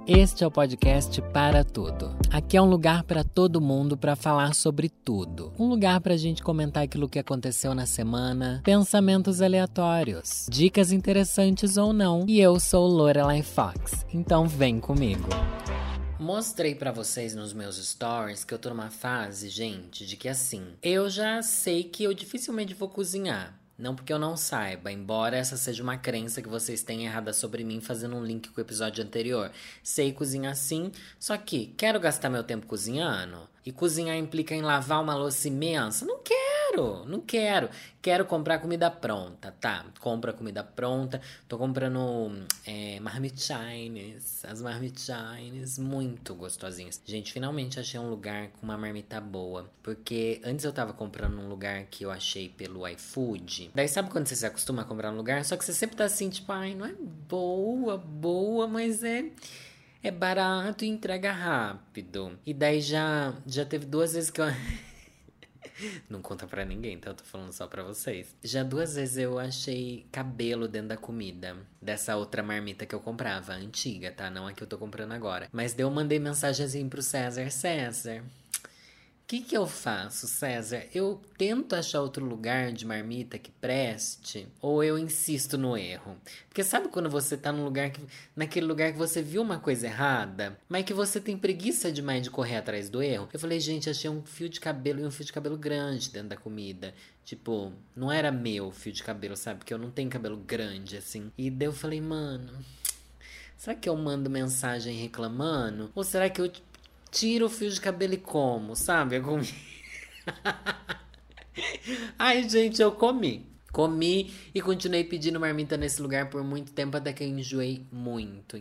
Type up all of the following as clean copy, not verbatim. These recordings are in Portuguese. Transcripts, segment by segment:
Este é o podcast Para Tudo. Aqui é um lugar para todo mundo para falar sobre tudo. Um lugar para a gente comentar aquilo que aconteceu na semana, pensamentos aleatórios, dicas interessantes ou não. E eu sou Lorelai Fox, então vem comigo. Mostrei pra vocês nos meus stories que eu tô numa fase, gente, de que assim, eu já sei que eu dificilmente vou cozinhar. Não porque eu não saiba, embora essa seja uma crença que vocês têm errada sobre mim, fazendo um link com o episódio anterior. Sei cozinhar sim, só que quero gastar meu tempo cozinhando? E cozinhar implica em lavar uma louça imensa? Não quero. Quero comprar comida pronta, tá? Compro a comida pronta. Tô comprando marmitines. As marmitines muito gostosinhas. Gente, finalmente achei um lugar com uma marmita boa. Porque antes eu tava comprando num lugar que eu achei pelo iFood. Daí sabe quando você se acostuma a comprar num lugar? Só que você sempre tá assim, tipo, ai, não é boa, mas é barato e entrega rápido. E daí já teve 2 vezes que eu... Não conta pra ninguém, então eu tô falando só pra vocês. Já 2 vezes eu achei cabelo dentro da comida. Dessa outra marmita que eu comprava, antiga, tá? Não a que eu tô comprando agora. Mas daí eu mandei mensagem assim pro César. César, o que eu faço, César? Eu tento achar outro lugar de marmita que preste ou eu insisto no erro? Porque sabe quando você tá naquele lugar que você viu uma coisa errada, mas que você tem preguiça demais de correr atrás do erro? Eu falei, gente, achei um fio de cabelo e um fio de cabelo grande dentro da comida. Tipo, não era meu fio de cabelo, sabe? Porque eu não tenho cabelo grande, assim. E daí eu falei, mano, será que eu mando mensagem reclamando? Ou será que eu tiro o fio de cabelo e como, sabe? Eu comi. Ai, gente, eu comi. Comi e continuei pedindo marmita nesse lugar por muito tempo, até que eu enjoei muito.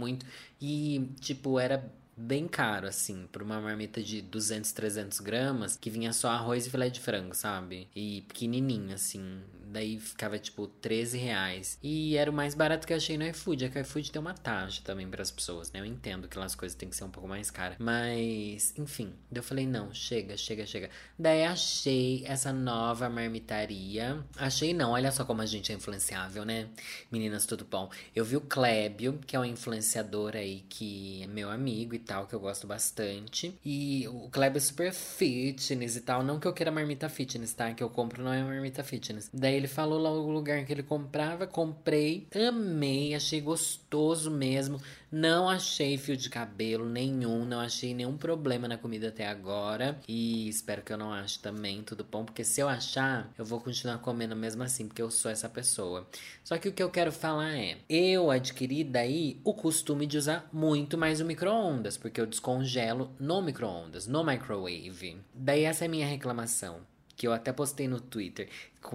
E, tipo, era bem caro, assim, por uma marmita de 200, 300 gramas, que vinha só arroz e filé de frango, sabe? E pequenininho, assim. Daí ficava, tipo, R$13. E era o mais barato que eu achei no iFood. É que o iFood tem uma taxa também pras pessoas, né? Eu entendo que lá as coisas têm que ser um pouco mais caras. Mas, enfim. Daí eu falei, não, chega. Daí achei essa nova marmitaria. Achei não, olha só como a gente é influenciável, né? Meninas, tudo bom? Eu vi o Clébio, que é um influenciador aí que é meu amigo e tal, que eu gosto bastante. E o Clébio é super fitness e tal. Não que eu queira marmita fitness, tá? Que eu compro não é marmita fitness. Daí ele falou lá o lugar que ele comprava, comprei, amei, achei gostoso mesmo. Não achei fio de cabelo nenhum, não achei nenhum problema na comida até agora. E espero que eu não ache também, tudo bom? Porque se eu achar, eu vou continuar comendo mesmo assim, porque eu sou essa pessoa. Só que o que eu quero falar é, eu adquiri daí o costume de usar muito mais o micro-ondas, porque eu descongelo no micro-ondas, no microwave. Daí essa é a minha reclamação, que eu até postei no Twitter.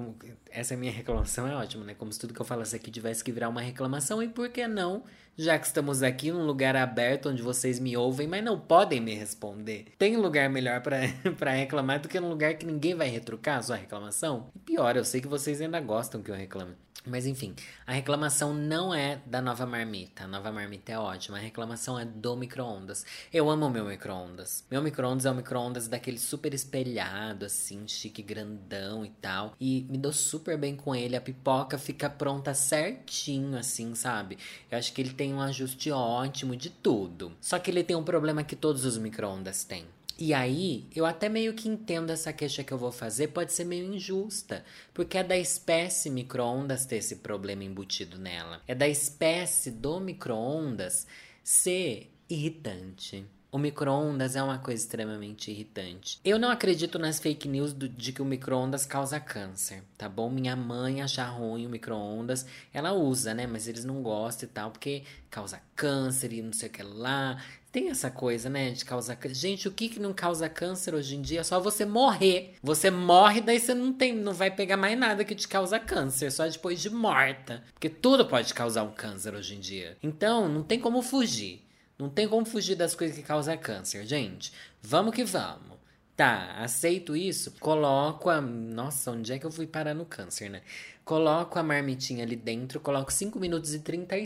Essa minha reclamação é ótima, né? Como se tudo que eu falasse aqui tivesse que virar uma reclamação. E por que não? Já que estamos aqui num lugar aberto onde vocês me ouvem, mas não podem me responder. Tem lugar melhor pra reclamar do que num lugar que ninguém vai retrucar a sua reclamação? E pior, eu sei que vocês ainda gostam que eu reclame. Mas enfim, a reclamação não é da nova marmita. A nova marmita é ótima. A reclamação é do micro-ondas. Eu amo o meu micro-ondas. Meu micro-ondas é um micro-ondas daquele super espelhado, assim, chique, grandão e tal. E me dou super bem com ele. A pipoca fica pronta certinho, assim, sabe? Eu acho que ele tem um ajuste ótimo de tudo. Só que ele tem um problema que todos os micro-ondas têm. E aí, eu até meio que entendo essa queixa que eu vou fazer, pode ser meio injusta, porque é da espécie micro-ondas ter esse problema embutido nela. É da espécie do micro-ondas ser irritante. O micro-ondas é uma coisa extremamente irritante. Eu não acredito nas fake news de que o micro-ondas causa câncer, tá bom? Minha mãe acha ruim o micro-ondas. Ela usa, né? Mas eles não gostam e tal, porque causa câncer e não sei o que lá. Tem essa coisa, né, de causar câncer. Gente, o que não causa câncer hoje em dia? É só você morrer. Você morre, daí você não vai pegar mais nada que te causa câncer. Só depois de morta. Porque tudo pode causar um câncer hoje em dia. Então, não tem como fugir. Não tem como fugir das coisas que causam câncer, gente. Vamos que vamos. Tá, aceito isso, coloco a... Nossa, onde é que eu fui parar no câncer, né? Coloco a marmitinha ali dentro, coloco 5 minutos e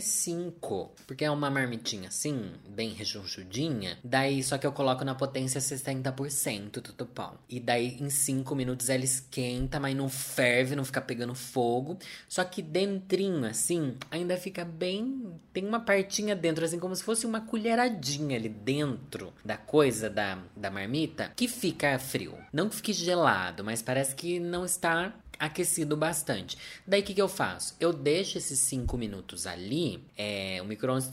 35. Porque é uma marmitinha assim, bem rechonchudinha. Daí, só que eu coloco na potência 60% do pão. E daí, em 5 minutos, ela esquenta, mas não ferve, não fica pegando fogo. Só que dentrinho, assim, ainda fica bem... Tem uma partinha dentro, assim, como se fosse uma colheradinha ali dentro da coisa da marmita, que fica frio. Não que fique gelado, mas parece que não está aquecido bastante. Daí o que eu faço? Eu deixo esses 5 minutos ali, o micro-ondas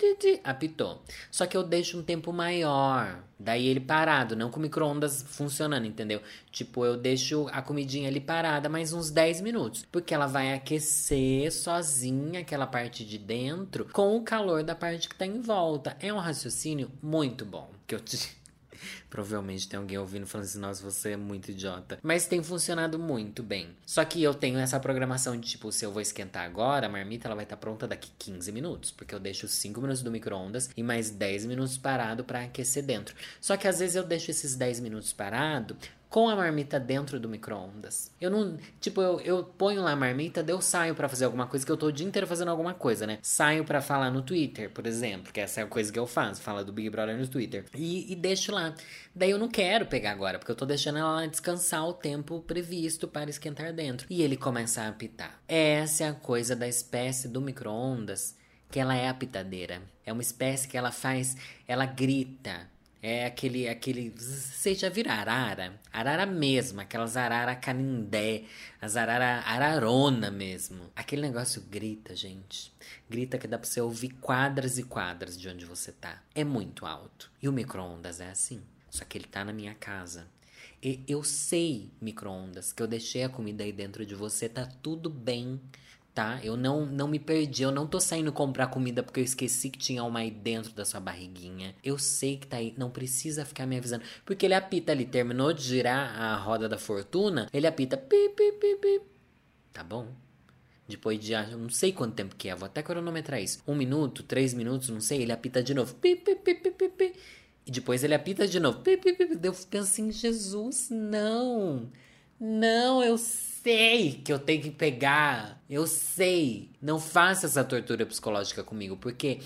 apitou. Só que eu deixo um tempo maior. Daí ele parado, não com o micro-ondas funcionando, entendeu? Tipo, eu deixo a comidinha ali parada mais uns 10 minutos. Porque ela vai aquecer sozinha aquela parte de dentro com o calor da parte que tá em volta. É um raciocínio muito bom que eu te... Provavelmente tem alguém ouvindo falando assim, nossa, você é muito idiota. Mas tem funcionado muito bem. Só que eu tenho essa programação de tipo, se eu vou esquentar agora, a marmita ela vai estar pronta daqui 15 minutos. Porque eu deixo 5 minutos do micro-ondas e mais 10 minutos parado pra aquecer dentro. Só que às vezes eu deixo esses 10 minutos parado com a marmita dentro do micro-ondas. Eu não... Tipo, eu ponho lá a marmita, daí eu saio pra fazer alguma coisa, que eu tô o dia inteiro fazendo alguma coisa, né? Saio pra falar no Twitter, por exemplo, que essa é a coisa que eu faço, fala do Big Brother no Twitter. E deixo lá. Daí eu não quero pegar agora, porque eu tô deixando ela lá descansar o tempo previsto para esquentar dentro. E ele começa a apitar. Essa é a coisa da espécie do micro-ondas, que ela é apitadeira. É uma espécie que ela faz... Ela grita... É aquele... Vocês já viram arara? Arara mesmo, aquelas arara canindé, as arara ararona mesmo. Aquele negócio grita, gente. Grita que dá pra você ouvir quadras e quadras de onde você tá. É muito alto. E o micro-ondas é assim. Só que ele tá na minha casa. E eu sei, micro-ondas, que eu deixei a comida aí dentro de você, tá tudo bem. Tá? Eu não me perdi, eu não tô saindo comprar comida porque eu esqueci que tinha uma aí dentro da sua barriguinha. Eu sei que tá aí, não precisa ficar me avisando. Porque ele apita ali, terminou de girar a roda da fortuna, ele apita pi, pi, pi, pi. Tá bom? Depois de, não sei quanto tempo que é, vou até cronometrar isso. 1 minuto, 3 minutos, não sei, ele apita de novo. Pi, pi, pi, pi, pi, pi. E depois ele apita de novo. Pi, pi, pi, pi. Eu penso assim, Jesus, não. Não, eu sei que eu tenho que pegar. Eu sei. Não faça essa tortura psicológica comigo, porque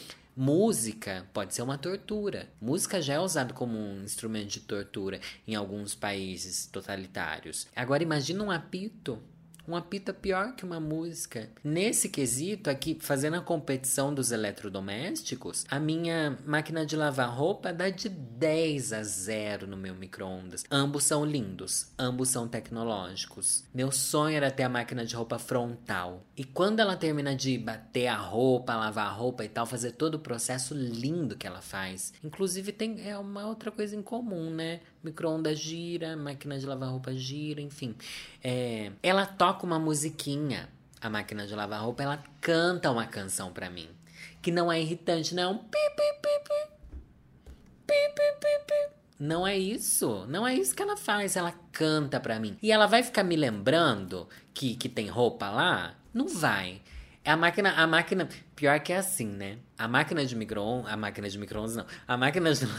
música pode ser uma tortura. Música já é usado como um instrumento de tortura em alguns países totalitários. Agora imagina um apito. Um apito é pior que uma música. Nesse quesito, aqui, fazendo a competição dos eletrodomésticos, a minha máquina de lavar roupa dá de 10-0 no meu micro-ondas. Ambos são lindos, ambos são tecnológicos. Meu sonho era ter a máquina de roupa frontal. E quando ela termina de bater a roupa, lavar a roupa e tal, fazer todo o processo lindo que ela faz. Inclusive, é uma outra coisa em comum, né? Micro-ondas gira, máquina de lavar roupa gira, enfim. Ela toca uma musiquinha, a máquina de lavar roupa, ela canta uma canção pra mim. Que não é irritante, não é um pi, pi, pi, pi, pi, pi, pi, pi. Não é isso. Não é isso que ela faz. Ela canta pra mim. E ela vai ficar me lembrando que tem roupa lá? Não vai. A máquina, pior que é assim, né? A máquina de micro-ondas não. A máquina de...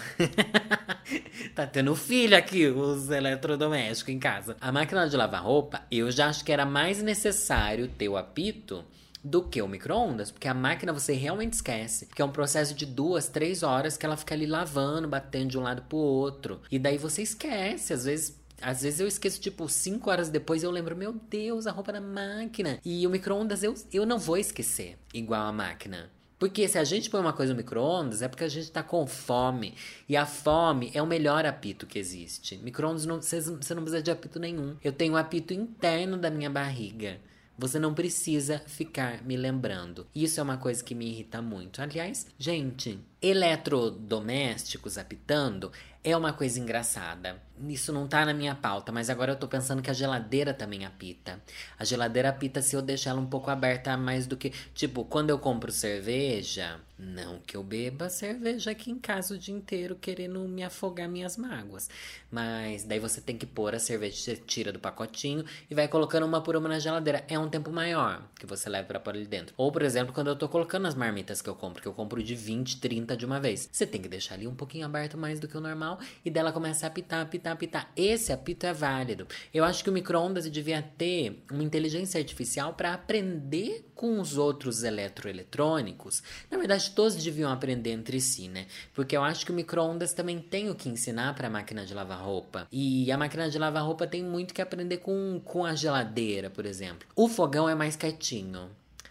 Tá tendo filho aqui, os eletrodomésticos em casa. A máquina de lavar roupa, eu já acho que era mais necessário ter o apito do que o micro-ondas, porque a máquina você realmente esquece, porque é um processo de 2-3 horas que ela fica ali lavando, batendo de um lado pro outro, e daí você esquece, às vezes eu esqueço, tipo, 5 horas depois eu lembro, meu Deus, a roupa na máquina. E o micro-ondas eu não vou esquecer, igual a máquina. Porque se a gente põe uma coisa no micro-ondas, é porque a gente tá com fome. E a fome é o melhor apito que existe. Micro-ondas, você não precisa de apito nenhum. Eu tenho um apito interno da minha barriga. Você não precisa ficar me lembrando. Isso é uma coisa que me irrita muito. Aliás, gente, eletrodomésticos apitando é uma coisa engraçada. Isso não tá na minha pauta, mas agora eu tô pensando que a geladeira também apita. A geladeira apita se eu deixar ela um pouco aberta mais do que... Tipo, quando eu compro cerveja... Não que eu beba cerveja aqui em casa o dia inteiro querendo me afogar minhas mágoas. Mas daí você tem que pôr a cerveja, você tira do pacotinho e vai colocando uma por uma na geladeira. É um tempo maior que você leva pra pôr ali dentro. Ou, por exemplo, quando eu tô colocando as marmitas que eu compro de 20, 30 apita de uma vez. Você tem que deixar ali um pouquinho aberto mais do que o normal e dela começa a apitar, apitar, apitar. Esse apito é válido. Eu acho que o micro-ondas devia ter uma inteligência artificial para aprender com os outros eletroeletrônicos. Na verdade, todos deviam aprender entre si, né? Porque eu acho que o micro-ondas também tem o que ensinar para a máquina de lavar roupa. E a máquina de lavar roupa tem muito que aprender com a geladeira, por exemplo. O fogão é mais quietinho.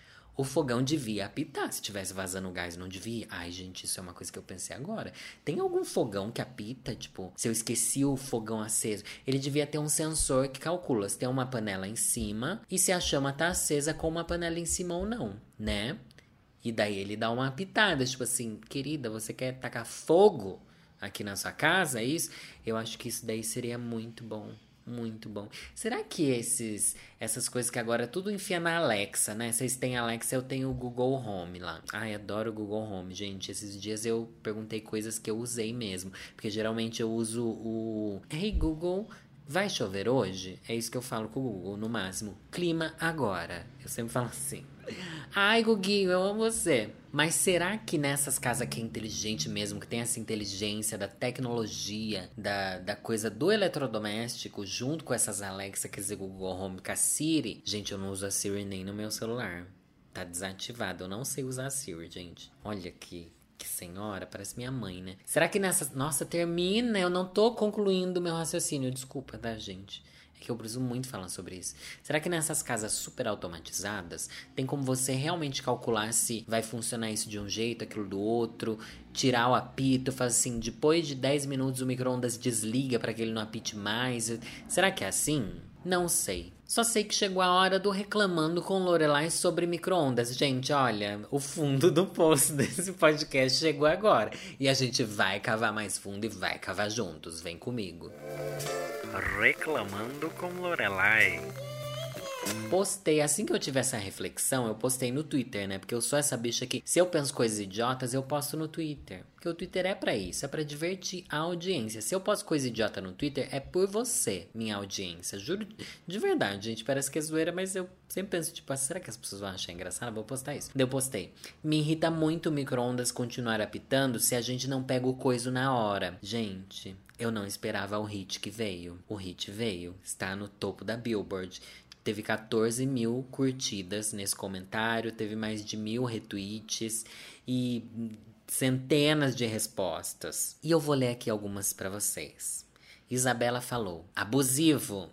O fogão devia apitar se tivesse vazando gás, não devia? Ai, gente, isso é uma coisa que eu pensei agora. Tem algum fogão que apita? Tipo, se eu esqueci o fogão aceso, ele devia ter um sensor que calcula se tem uma panela em cima e se a chama tá acesa com uma panela em cima ou não, né? E daí ele dá uma apitada, tipo assim, querida, você quer tacar fogo aqui na sua casa, é isso? Eu acho que isso daí seria muito bom. Muito bom. Será que essas coisas que agora tudo enfia na Alexa, né? Vocês têm Alexa, eu tenho o Google Home lá. Ai, adoro o Google Home, gente. Esses dias eu perguntei coisas que eu usei mesmo. Porque geralmente eu uso o Hey Google, vai chover hoje? É isso que eu falo com o Google, no máximo. Clima agora. Eu sempre falo assim. Ai, Guguinho, eu amo você. Mas será que nessas casas que é inteligente mesmo, que tem essa inteligência da tecnologia, da coisa do eletrodoméstico, junto com essas Alexa, quer dizer, Google Home, com a Siri? Gente, eu não uso a Siri nem no meu celular. Tá desativado, eu não sei usar a Siri, gente. Olha que senhora, parece minha mãe, né? Será que nessas... Nossa, termina, eu não tô concluindo o meu raciocínio, desculpa, tá, gente? Que eu preciso muito falar sobre isso. Será que nessas casas super automatizadas tem como você realmente calcular se vai funcionar isso de um jeito, aquilo do outro, tirar o apito, fazer assim, depois de 10 minutos o micro-ondas desliga para que ele não apite mais? Será que é assim? Não sei. Só sei que chegou a hora do Reclamando com Lorelai sobre micro-ondas. Gente, olha, o fundo do poço desse podcast chegou agora. E a gente vai cavar mais fundo e vai cavar juntos. Vem comigo. Reclamando com Lorelai. Postei, assim que eu tive essa reflexão, eu postei no Twitter, né? Porque eu sou essa bicha que, se eu penso coisas idiotas, eu posto no Twitter. Porque o Twitter é pra isso, é pra divertir a audiência. Se eu posto coisa idiota no Twitter, é por você, minha audiência. Juro, de verdade, gente, parece que é zoeira, mas eu sempre penso, tipo, será que as pessoas vão achar engraçado? Vou postar isso. Daí eu postei. Me irrita muito o micro-ondas continuar apitando se a gente não pega o coiso na hora. Gente, eu não esperava o hit que veio. O hit veio, está no topo da Billboard. Teve 14 mil curtidas nesse comentário, teve mais de 1000 retweets e centenas de respostas. E eu vou ler aqui algumas pra vocês. Isabela falou, abusivo.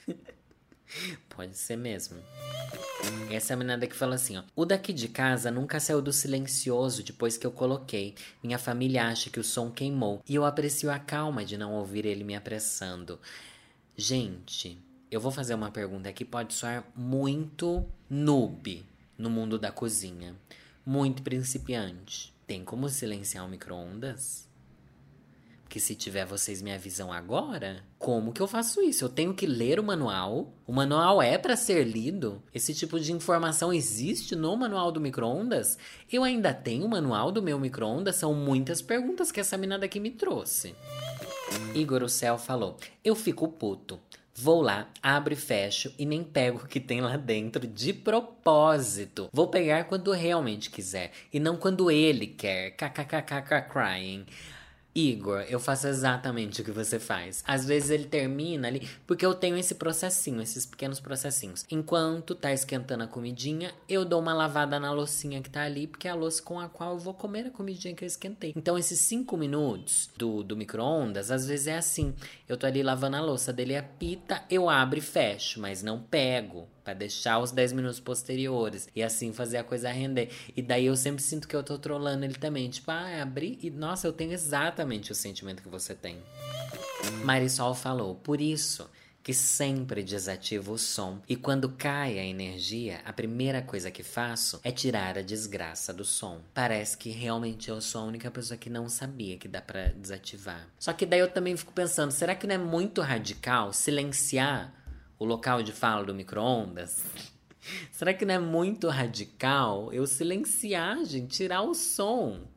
Pode ser mesmo. Essa é a menina que falou assim, ó. O daqui de casa nunca saiu do silencioso depois que eu coloquei. Minha família acha que o som queimou. E eu aprecio a calma de não ouvir ele me apressando. Gente... Eu vou fazer uma pergunta que pode soar muito noob no mundo da cozinha. Muito principiante. Tem como silenciar o micro-ondas? Porque se tiver, vocês me avisam agora? Como que eu faço isso? Eu tenho que ler o manual? O manual é para ser lido? Esse tipo de informação existe no manual do micro-ondas? Eu ainda tenho o manual do meu micro-ondas? São muitas perguntas que essa mina daqui me trouxe. Igor o Céu falou, eu fico puto. Vou lá, abro e fecho e nem pego o que tem lá dentro de propósito. Vou pegar quando realmente quiser e não quando ele quer. KKKK crying. Igor, eu faço exatamente o que você faz. Às vezes ele termina ali, porque eu tenho esse processinho, esses pequenos processinhos. Enquanto tá esquentando a comidinha, eu dou uma lavada na loucinha que tá ali, porque é a louça com a qual eu vou comer a comidinha que eu esquentei. Então esses 5 minutos do micro-ondas, às vezes é assim. Eu tô ali lavando a louça, dele apita, eu abro e fecho, mas não pego. Pra deixar os 10 minutos posteriores. E assim fazer a coisa render. E daí eu sempre sinto que eu tô trolando ele também. Tipo, abri e... Nossa, eu tenho exatamente o sentimento que você tem. Marisol falou, por isso que sempre desativo o som. E quando cai a energia, a primeira coisa que faço é tirar a desgraça do som. Parece que realmente eu sou a única pessoa que não sabia que dá pra desativar. Só que daí eu também fico pensando, será que não é muito radical silenciar o local de fala do micro-ondas? Será que não é muito radical eu silenciar, gente, tirar o som?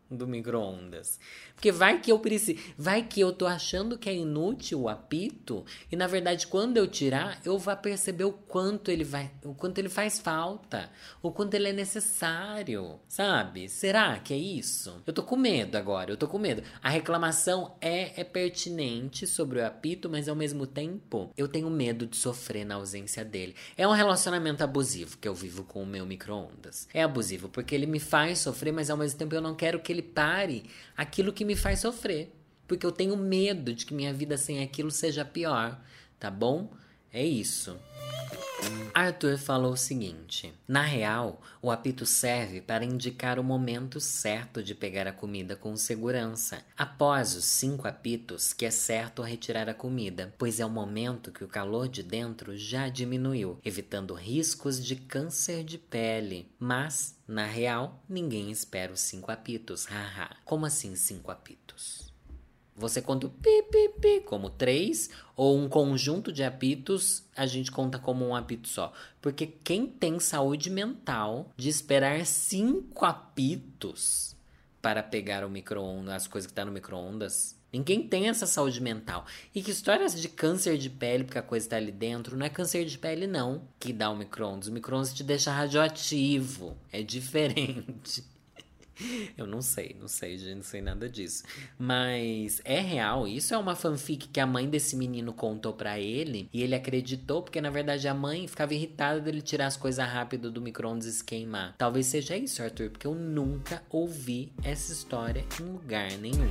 do micro-ondas. Porque vai que eu preciso, vai que eu tô achando que é inútil o apito e na verdade quando eu tirar, eu vou perceber o quanto ele faz falta, o quanto ele é necessário, sabe? Será que é isso? Eu tô com medo agora, eu tô com medo. A reclamação é pertinente sobre o apito, mas ao mesmo tempo, eu tenho medo de sofrer na ausência dele. É um relacionamento abusivo que eu vivo com o meu micro-ondas. É abusivo porque ele me faz sofrer, mas ao mesmo tempo eu não quero que ele pare aquilo que me faz sofrer. Porque eu tenho medo de que minha vida sem aquilo seja pior, tá bom? É isso. Arthur falou o seguinte: na real, o apito serve para indicar o momento certo de pegar a comida com segurança. Após os 5 apitos, que é certo retirar a comida, pois é o momento que o calor de dentro já diminuiu, evitando riscos de câncer de pele. Mas, na real, ninguém espera os 5 apitos, haha. Como assim 5 apitos? Você conta o pi, pi, pi como 3, ou um conjunto de apitos a gente conta como um apito só. Porque quem tem saúde mental de esperar 5 apitos para pegar o micro-ondas, as coisas que tá no micro-ondas, ninguém tem essa saúde mental. E que histórias de câncer de pele, porque a coisa tá ali dentro, não é câncer de pele não que dá o micro-ondas. O micro-ondas te deixa radioativo, é diferente. Eu não sei, gente, não sei nada disso. Mas é real, isso é uma fanfic que a mãe desse menino contou pra ele e ele acreditou, porque na verdade a mãe ficava irritada dele tirar as coisas rápido do micro-ondas e se queimar. Talvez seja isso, Arthur, porque eu nunca ouvi essa história em lugar nenhum.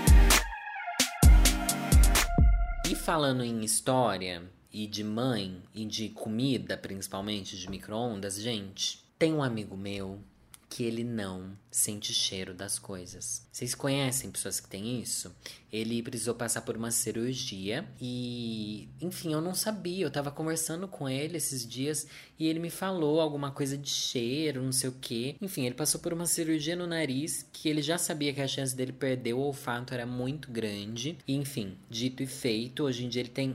E falando em história e de mãe e de comida, principalmente de micro-ondas, gente, tem um amigo meu que ele não sente cheiro das coisas. Vocês conhecem pessoas que têm isso? Ele precisou passar por uma cirurgia e, enfim, eu não sabia. Eu tava conversando com ele esses dias e ele me falou alguma coisa de cheiro, não sei o quê. Enfim, ele passou por uma cirurgia no nariz que ele já sabia que a chance dele perder o olfato era muito grande. E, enfim, dito e feito, hoje em dia ele tem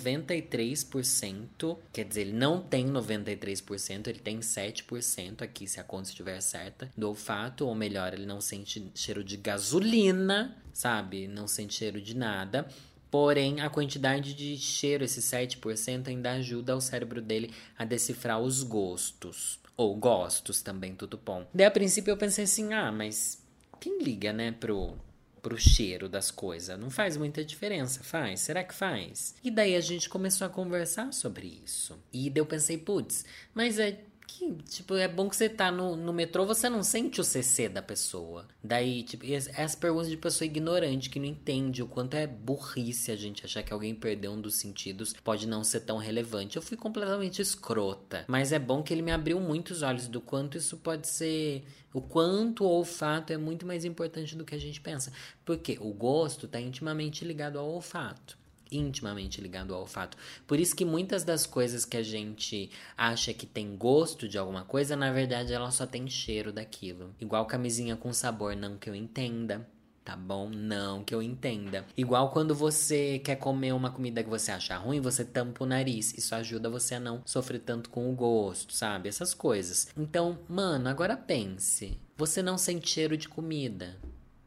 93%. Quer dizer, ele não tem 93%, ele tem 7% aqui, se a conta estiver certa, do olfato. Ou melhor, ele não sente cheiro de gasolina, sabe? Não sente cheiro de nada. Porém, a quantidade de cheiro, esse 7%, ainda ajuda o cérebro dele a decifrar os gostos. Ou gostos também, tudo bom. Daí, a princípio, eu pensei assim, mas quem liga, né, pro cheiro das coisas? Não faz muita diferença, faz? Será que faz? E daí a gente começou a conversar sobre isso. E daí eu pensei, putz, mas é bom que você tá no metrô, você não sente o CC da pessoa. Daí, as perguntas de pessoa ignorante que não entende o quanto é burrice a gente achar que alguém perdeu um dos sentidos pode não ser tão relevante. Eu fui completamente escrota. Mas é bom que ele me abriu muitos olhos do quanto isso pode ser... O quanto o olfato é muito mais importante do que a gente pensa. Porque o gosto tá intimamente ligado ao olfato. Intimamente ligado ao olfato. Por isso que muitas das coisas que a gente acha que tem gosto de alguma coisa, na verdade ela só tem cheiro daquilo. Igual camisinha com sabor, não que eu entenda, tá bom? Não que eu entenda. Igual quando você quer comer uma comida que você acha ruim, você tampa o nariz. Isso ajuda você a não sofrer tanto com o gosto, sabe? Essas coisas. Então, mano, agora pense. Você não sente cheiro de comida.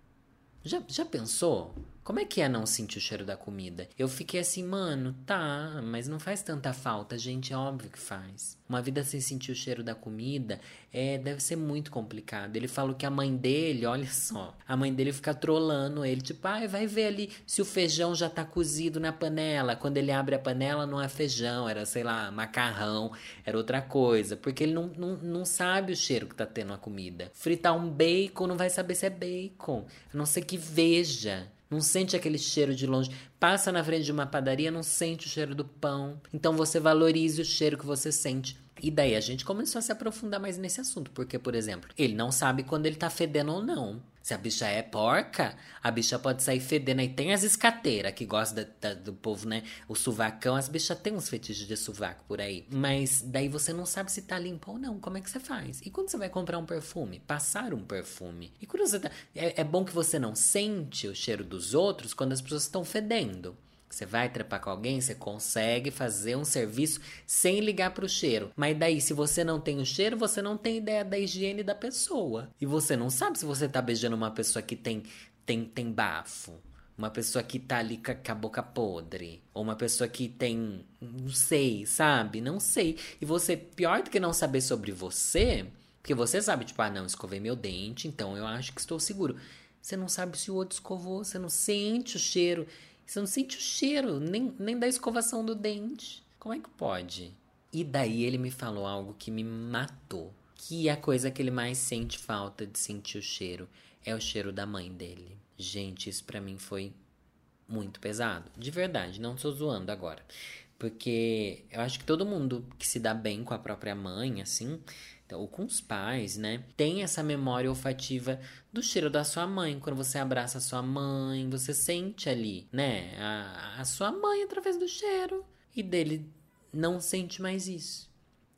Já pensou? Como é que é não sentir o cheiro da comida? Eu fiquei assim, mano, tá, mas não faz tanta falta, gente, é óbvio que faz. Uma vida sem sentir o cheiro da comida deve ser muito complicado. Ele falou que a mãe dele, olha só, a mãe dele fica trolando ele, tipo, vai ver ali se o feijão já tá cozido na panela. Quando ele abre a panela não é feijão, era, sei lá, macarrão, era outra coisa, porque ele não sabe o cheiro que tá tendo a comida. Fritar um bacon, não vai saber se é bacon, a não ser que veja. Não sente aquele cheiro de longe. Passa na frente de uma padaria, não sente o cheiro do pão. Então você valorize o cheiro que você sente. E daí a gente começou a se aprofundar mais nesse assunto. Porque, por exemplo, ele não sabe quando ele tá fedendo ou não. Se a bicha é porca, a bicha pode sair fedendo. Aí tem as escateiras que gostam do povo, né? O suvacão, as bichas têm uns fetiches de sovaco por aí. Mas daí você não sabe se tá limpo ou não. Como é que você faz? E quando você vai comprar um perfume? Passar um perfume. E quando você tá... É bom que você não sente o cheiro dos outros quando as pessoas estão fedendo. Você vai trepar com alguém, você consegue fazer um serviço sem ligar pro cheiro. Mas daí, se você não tem o cheiro, você não tem ideia da higiene da pessoa. E você não sabe se você tá beijando uma pessoa que tem bafo. Uma pessoa que tá ali com a boca podre. Ou uma pessoa que tem... Não sei, sabe? Não sei. E você, pior do que não saber sobre você... Porque você sabe, tipo, não, escovei meu dente, então eu acho que estou seguro. Você não sabe se o outro escovou, você não sente o cheiro. Você não sente o cheiro nem da escovação do dente. Como é que pode? E daí ele me falou algo que me matou. Que a coisa que ele mais sente falta de sentir o cheiro é o cheiro da mãe dele. Gente, isso pra mim foi muito pesado. De verdade, não tô zoando agora. Porque eu acho que todo mundo que se dá bem com a própria mãe, assim, ou com os pais, né, tem essa memória olfativa do cheiro da sua mãe. Quando você abraça a sua mãe, você sente ali, né, a sua mãe através do cheiro. E dele não sente mais isso.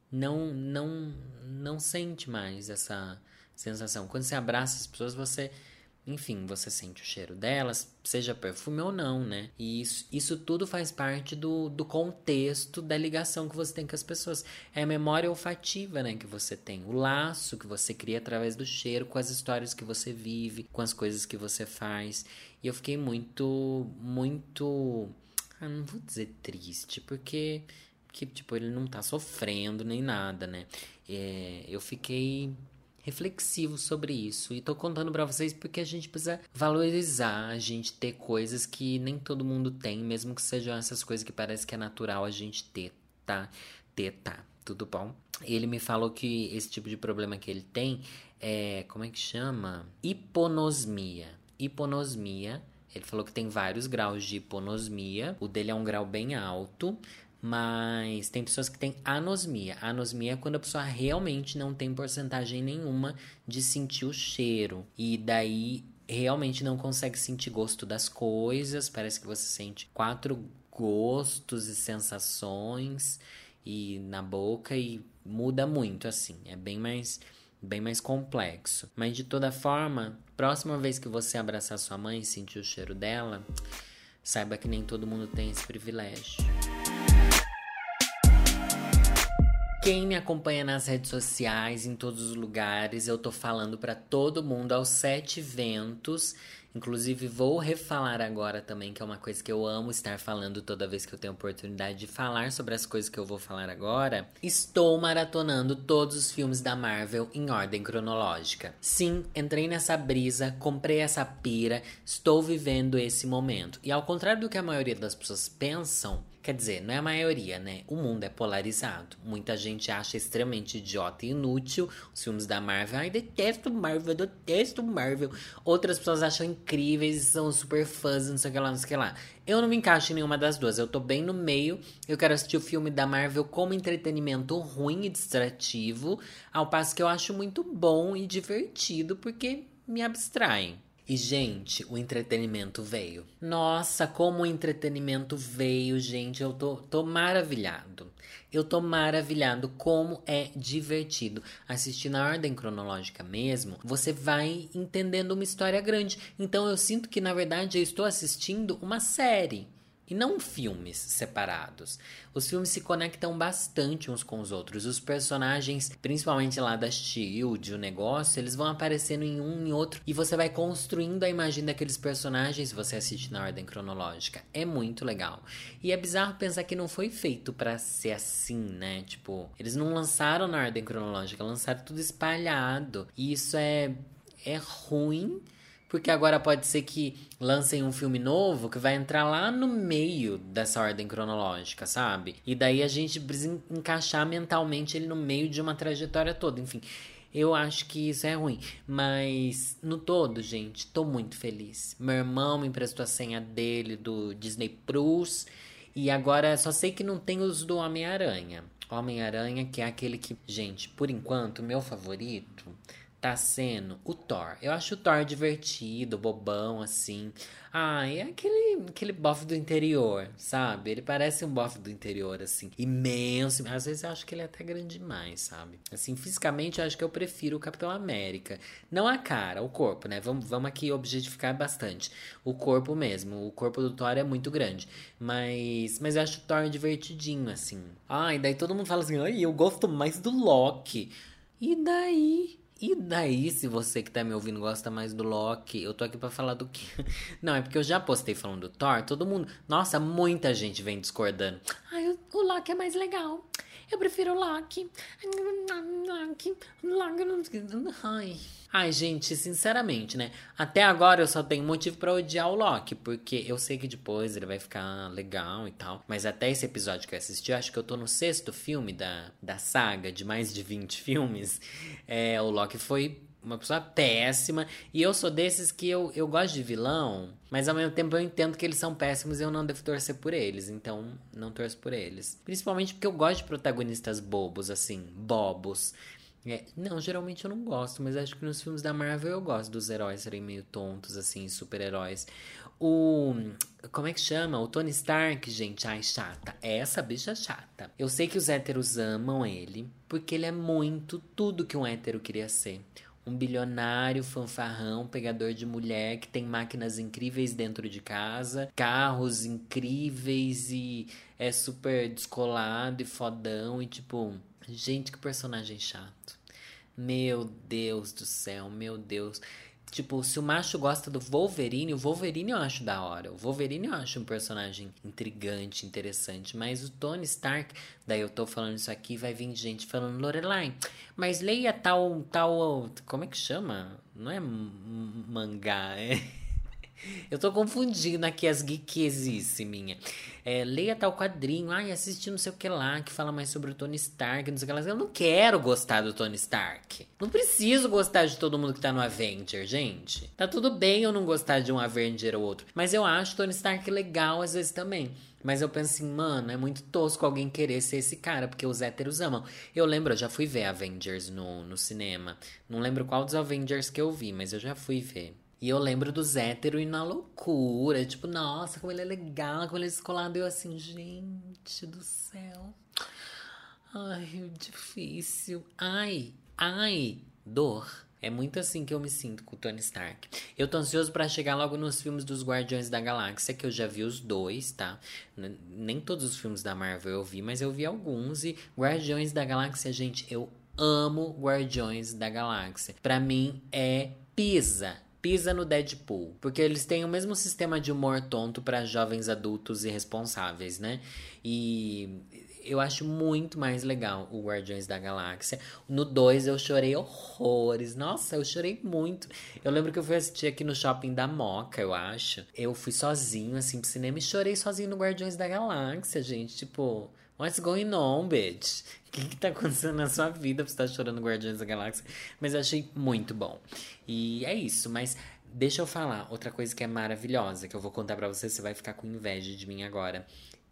Não sente mais essa sensação. Quando você abraça as pessoas, enfim, você sente o cheiro delas, seja perfume ou não, né? E isso tudo faz parte do contexto da ligação que você tem com as pessoas. É a memória olfativa, né, que você tem. O laço que você cria através do cheiro, com as histórias que você vive, com as coisas que você faz. E eu fiquei muito... não vou dizer triste, porque tipo, ele não tá sofrendo nem nada, né? Eu fiquei... reflexivo sobre isso. E tô contando pra vocês porque a gente precisa valorizar, a gente ter coisas que nem todo mundo tem, mesmo que sejam essas coisas que parece que é natural a gente ter, tá? Tudo bom? Ele me falou que esse tipo de problema que ele tem é, como é que chama? Hiponosmia. Ele falou que tem vários graus de hiponosmia. O dele é um grau bem alto. Mas tem pessoas que têm anosmia. Anosmia é quando a pessoa realmente não tem porcentagem nenhuma de sentir o cheiro. E daí realmente não consegue sentir gosto das coisas. Parece que você sente 4 gostos e sensações e na boca e muda muito, assim. É bem mais complexo. Mas de toda forma, próxima vez que você abraçar sua mãe e sentir o cheiro dela, saiba que nem todo mundo tem esse privilégio. Quem me acompanha nas redes sociais, em todos os lugares, eu tô falando pra todo mundo aos 7 ventos. Inclusive, vou refalar agora também, que é uma coisa que eu amo estar falando toda vez que eu tenho oportunidade de falar sobre as coisas que eu vou falar agora. Estou maratonando todos os filmes da Marvel em ordem cronológica. Sim, entrei nessa brisa, comprei essa pira, estou vivendo esse momento. E ao contrário do que a maioria das pessoas pensam, quer dizer, não é a maioria, né? O mundo é polarizado. Muita gente acha extremamente idiota e inútil os filmes da Marvel. Ai, detesto Marvel. Outras pessoas acham incríveis e são super fãs, não sei o que lá, não sei o que lá. Eu não me encaixo em nenhuma das duas. Eu tô bem no meio. Eu quero assistir o filme da Marvel como entretenimento ruim e distrativo, ao passo que eu acho muito bom e divertido, porque me abstraem. E, gente, o entretenimento veio. Nossa, como o entretenimento veio, gente. Eu tô maravilhado. Eu tô maravilhado como é divertido. Assistir na ordem cronológica mesmo, você vai entendendo uma história grande. Então eu sinto que, na verdade, eu estou assistindo uma série. E não filmes separados. Os filmes se conectam bastante uns com os outros. Os personagens, principalmente lá da SHIELD, o negócio, eles vão aparecendo em um e outro. E você vai construindo a imagem daqueles personagens se você assiste na ordem cronológica. É muito legal. E é bizarro pensar que não foi feito pra ser assim, né? Tipo, eles não lançaram na ordem cronológica, lançaram tudo espalhado. E isso é ruim. Porque agora pode ser que lancem um filme novo que vai entrar lá no meio dessa ordem cronológica, sabe? E daí a gente precisa encaixar mentalmente ele no meio de uma trajetória toda. Enfim, eu acho que isso é ruim. Mas, no todo, gente, tô muito feliz. Meu irmão me emprestou a senha dele do Disney Plus. E agora só sei que não tem os do Homem-Aranha. Homem-Aranha, que é aquele que... Gente, por enquanto, meu favorito... tá sendo o Thor. Eu acho o Thor divertido, bobão, assim. É aquele bofe do interior, sabe? Ele parece um bofe do interior, assim, imenso. Às vezes eu acho que ele é até grande demais, sabe? Assim, fisicamente eu acho que eu prefiro o Capitão América. Não a cara, o corpo, né? Vamos aqui objetificar bastante. O corpo mesmo. O corpo do Thor é muito grande. Mas eu acho o Thor divertidinho, assim. E daí todo mundo fala assim, ai, eu gosto mais do Loki. E daí? E daí, se você que tá me ouvindo gosta mais do Loki, eu tô aqui pra falar do que. Não, é porque eu já postei falando do Thor, todo mundo. Nossa, muita gente vem discordando. Ai, o Loki é mais legal. Eu prefiro o Loki. Ai, gente, sinceramente, né? Até agora eu só tenho motivo pra odiar o Loki, porque eu sei que depois ele vai ficar legal e tal. Mas até esse episódio que eu assisti, eu acho que eu tô no 6º filme da saga de mais de 20 filmes. O Loki foi uma pessoa péssima. E eu sou desses que eu gosto de vilão, mas ao mesmo tempo eu entendo que eles são péssimos e eu não devo torcer por eles. Então, não torço por eles. Principalmente porque eu gosto de protagonistas bobos, assim, bobos. Não, geralmente eu não gosto, mas acho que nos filmes da Marvel eu gosto dos heróis serem meio tontos, assim, super-heróis. Como é que chama? O Tony Stark, gente, ai, chata. Essa bicha chata. Eu sei que os héteros amam ele, porque ele é muito tudo que um hétero queria ser. Um bilionário, fanfarrão, pegador de mulher que tem máquinas incríveis dentro de casa, carros incríveis e é super descolado e fodão e tipo, gente, que personagem chato. Meu Deus do céu, meu Deus. Tipo, se o macho gosta do Wolverine, o Wolverine eu acho da hora. O Wolverine eu acho um personagem intrigante, interessante. Mas o Tony Stark, daí eu tô falando isso aqui, vai vir gente falando, Lorelai, mas leia tal, como é que chama? Não é mangá, é... Eu tô confundindo aqui as geekizice minha. Leia tal quadrinho, assiste não sei o que lá, que fala mais sobre o Tony Stark, não sei o que lá. Eu não quero gostar do Tony Stark. Não preciso gostar de todo mundo que tá no Avenger, gente. Tá tudo bem eu não gostar de um Avenger ou outro. Mas eu acho o Tony Stark legal às vezes também. Mas eu penso assim, mano, é muito tosco alguém querer ser esse cara, porque os héteros amam. Eu lembro, eu já fui ver Avengers no cinema. Não lembro qual dos Avengers que eu vi, mas eu já fui ver. E eu lembro dos héteros e na loucura. Tipo, nossa, como ele é legal, como ele é descolado. E eu assim, gente do céu. Ai, difícil. Dor. É muito assim que eu me sinto com o Tony Stark. Eu tô ansioso pra chegar logo nos filmes dos Guardiões da Galáxia, que eu já vi os 2, tá? Nem todos os filmes da Marvel eu vi, mas eu vi alguns. E Guardiões da Galáxia, gente, eu amo Guardiões da Galáxia. Pra mim é pisa no Deadpool, porque eles têm o mesmo sistema de humor tonto para jovens adultos irresponsáveis, né? E eu acho muito mais legal o Guardiões da Galáxia. No 2 eu chorei horrores. Nossa, eu chorei muito. Eu lembro que eu fui assistir aqui no shopping da Moca, eu acho. Eu fui sozinho, assim, pro cinema e chorei sozinho no Guardiões da Galáxia, gente. Tipo, what's going on, bitch? O que tá acontecendo na sua vida pra você estar chorando Guardiões da Galáxia? Mas eu achei muito bom. E é isso, mas deixa eu falar outra coisa que é maravilhosa, que eu vou contar pra você, você vai ficar com inveja de mim agora.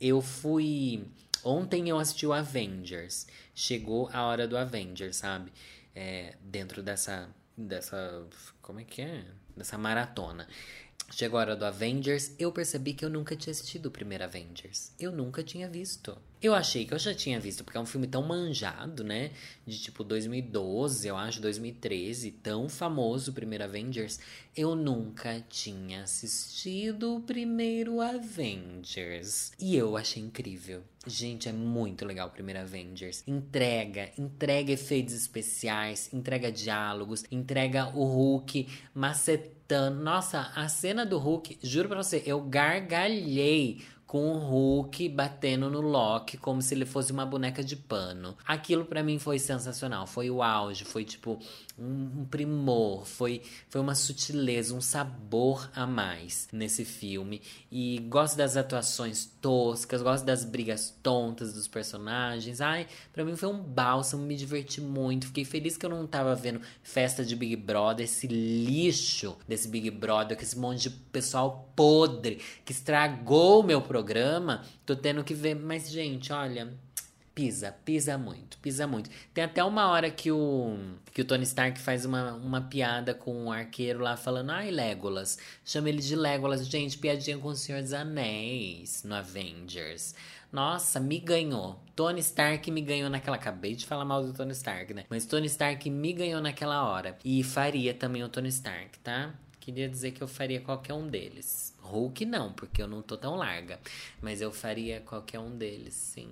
Ontem eu assisti o Avengers. Chegou a hora do Avengers, sabe? Dentro dessa... Como é que é? Dessa maratona. Chegou a hora do Avengers, eu percebi que eu nunca tinha assistido o primeiro Avengers. Eu nunca tinha visto. Eu achei que eu já tinha visto, porque é um filme tão manjado, né? De tipo 2012, eu acho, 2013, tão famoso o primeiro Avengers. Eu nunca tinha assistido o primeiro Avengers. E eu achei incrível. Gente, é muito legal o primeiro Avengers. Entrega efeitos especiais, entrega diálogos, entrega o Hulk macetando. Nossa, a cena do Hulk, juro pra você, eu gargalhei com o Hulk batendo no Loki como se ele fosse uma boneca de pano. Aquilo pra mim foi sensacional, foi o auge, foi tipo um primor, foi uma sutileza, um sabor a mais nesse filme. E gosto das atuações toscas, gosto das brigas tontas dos personagens. Pra mim foi um bálsamo, me diverti muito. Fiquei feliz que eu não tava vendo festa de Big Brother, esse lixo desse Big Brother, com esse monte de pessoal podre que estragou o meu programa. Tô tendo que ver, mas gente, olha, Pisa muito, pisa muito. Tem até uma hora que o Tony Stark faz uma piada com o arqueiro lá falando, ai, Legolas. Chama ele de Legolas. Gente, piadinha com o Senhor dos Anéis no Avengers. Nossa, me ganhou. Tony Stark me ganhou naquela... Acabei de falar mal do Tony Stark, né? Mas Tony Stark me ganhou naquela hora. E faria também o Tony Stark, tá? Queria dizer que eu faria qualquer um deles. Hulk não, porque eu não tô tão larga. Mas eu faria qualquer um deles, sim.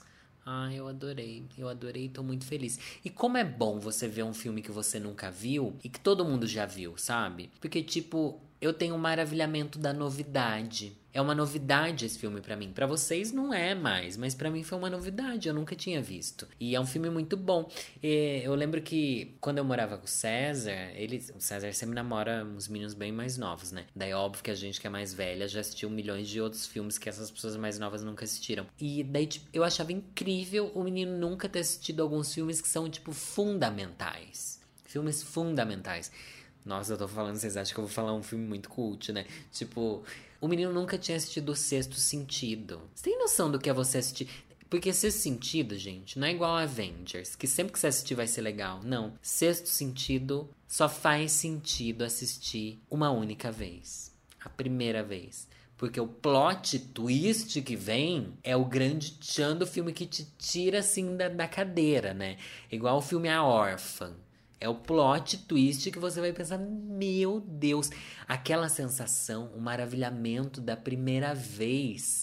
Ah, eu adorei e tô muito feliz. E como é bom você ver um filme que você nunca viu e que todo mundo já viu, sabe? Porque, tipo, eu tenho um maravilhamento da novidade. É uma novidade esse filme pra mim. Pra vocês não é mais, mas pra mim foi uma novidade, eu nunca tinha visto. E é um filme muito bom. Eu lembro que quando eu morava com o César, o César sempre namora uns meninos bem mais novos, né? Daí óbvio que a gente que é mais velha já assistiu milhões de outros filmes que essas pessoas mais novas nunca assistiram. E daí, tipo, eu achava incrível o menino nunca ter assistido alguns filmes que são, tipo, fundamentais. Filmes fundamentais. Nossa, eu tô falando, vocês acham que eu vou falar um filme muito cult, né? Tipo, o menino nunca tinha assistido O Sexto Sentido. Você tem noção do que é você assistir? Porque Sexto Sentido, gente, não é igual a Avengers, que sempre que você assistir vai ser legal. Não. Sexto Sentido só faz sentido assistir uma única vez. A primeira vez. Porque o plot twist que vem é o grande tchan do filme que te tira, assim, da cadeira, né? Igual o filme A Órfã. É o plot twist que você vai pensar, meu Deus, aquela sensação, o maravilhamento da primeira vez,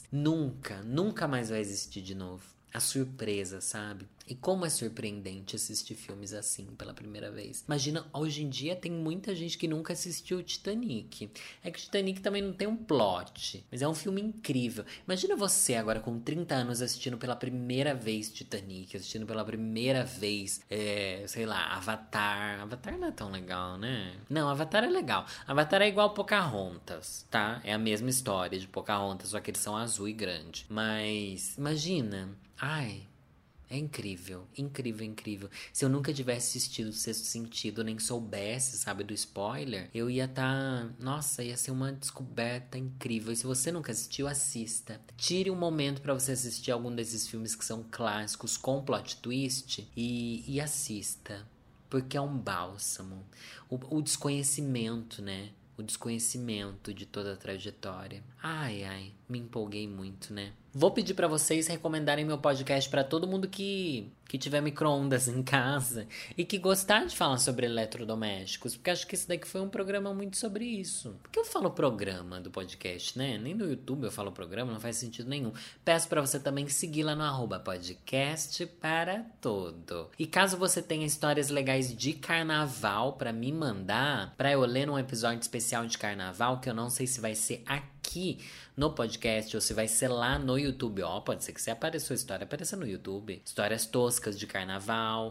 nunca mais vai existir de novo. A surpresa, sabe? E como é surpreendente assistir filmes assim pela primeira vez. Imagina, hoje em dia tem muita gente que nunca assistiu o Titanic. É que o Titanic também não tem um plot, mas é um filme incrível. Imagina você agora com 30 anos assistindo pela primeira vez Titanic, assistindo pela primeira vez, sei lá, Avatar. Avatar não é tão legal, né? Não, Avatar é legal. Avatar é igual Pocahontas, tá? É a mesma história de Pocahontas, só que eles são azul e grande. Mas, imagina... Ai, é incrível, incrível, incrível. Se eu nunca tivesse assistido o Sexto Sentido, nem soubesse, sabe, do spoiler, eu ia Nossa, ia ser uma descoberta incrível. E se você nunca assistiu, assista. Tire um momento pra você assistir algum desses filmes que são clássicos com plot twist e assista. Porque é um bálsamo. O desconhecimento, né? O desconhecimento de toda a trajetória. Ai, me empolguei muito, né? Vou pedir pra vocês recomendarem meu podcast pra todo mundo que tiver micro-ondas em casa e que gostar de falar sobre eletrodomésticos, porque acho que esse daqui foi um programa muito sobre isso. Por que eu falo programa do podcast, né? Nem no YouTube eu falo programa, não faz sentido nenhum. Peço pra você também seguir lá no @podcast para tudo. E caso você tenha histórias legais de carnaval pra me mandar, pra eu ler num episódio especial de carnaval, que eu não sei se vai ser aqui no podcast ou se vai ser lá no YouTube. Ó, pode ser que se apareça sua história, apareça no YouTube. Histórias toscas de carnaval,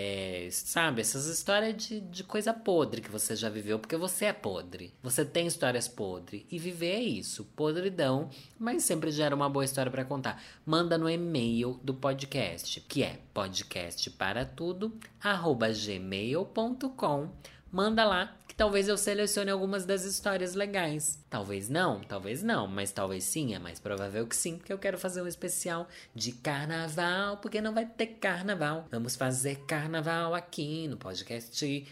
sabe? Essas histórias de coisa podre que você já viveu, porque você é podre. Você tem histórias podre. E viver é isso, podridão, mas sempre gera uma boa história pra contar. Manda no e-mail do podcast, que é podcastparatudo@gmail.com. Manda lá, que talvez eu selecione algumas das histórias legais. Talvez não, mas talvez sim, é mais provável que sim, porque eu quero fazer um especial de carnaval, porque não vai ter carnaval. Vamos fazer carnaval aqui no podcast.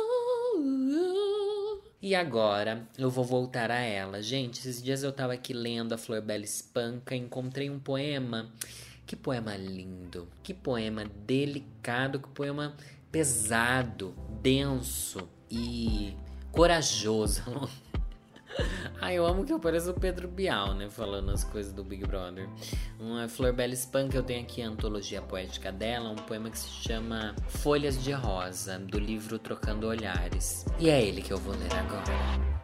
E agora eu vou voltar a ela. Gente, esses dias eu tava aqui lendo a Flor Bela Espanca e encontrei um poema. Que poema lindo, que poema delicado, que poema pesado, denso e corajoso. Ai, eu amo que eu pareço o Pedro Bial, né? Falando as coisas do Big Brother. Uma Flor Bela Espanca, eu tenho aqui a antologia poética dela, um poema que se chama Folhas de Rosa, do livro Trocando Olhares. E é ele que eu vou ler agora.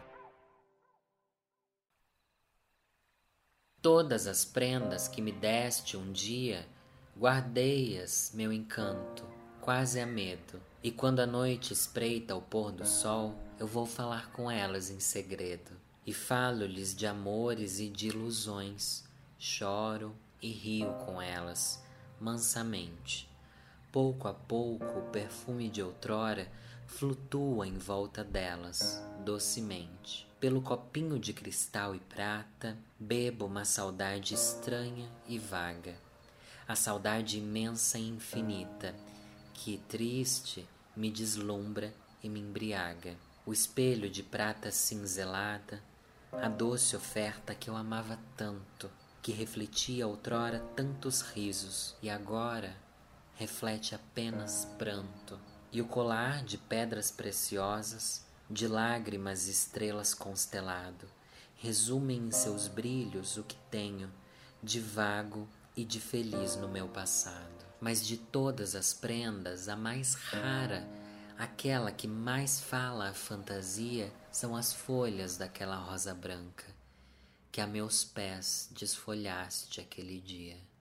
Todas as prendas que me deste um dia, guardei-as, meu encanto, quase a medo. E quando a noite espreita o pôr do sol, eu vou falar com elas em segredo. E falo-lhes de amores e de ilusões. Choro e rio com elas, mansamente. Pouco a pouco o perfume de outrora flutua em volta delas, docemente. Pelo copinho de cristal e prata, bebo uma saudade estranha e vaga. a saudade imensa e infinita, que, triste, me deslumbra e me embriaga. O espelho de prata cinzelada, a doce oferta que eu amava tanto, que refletia outrora tantos risos, e agora reflete apenas pranto. E o colar de pedras preciosas, de lágrimas e estrelas constelado, resume em seus brilhos o que tenho de vago e de feliz no meu passado. Mas de todas as prendas, a mais rara, aquela que mais fala a fantasia, são as folhas daquela rosa branca que a meus pés desfolhaste aquele dia.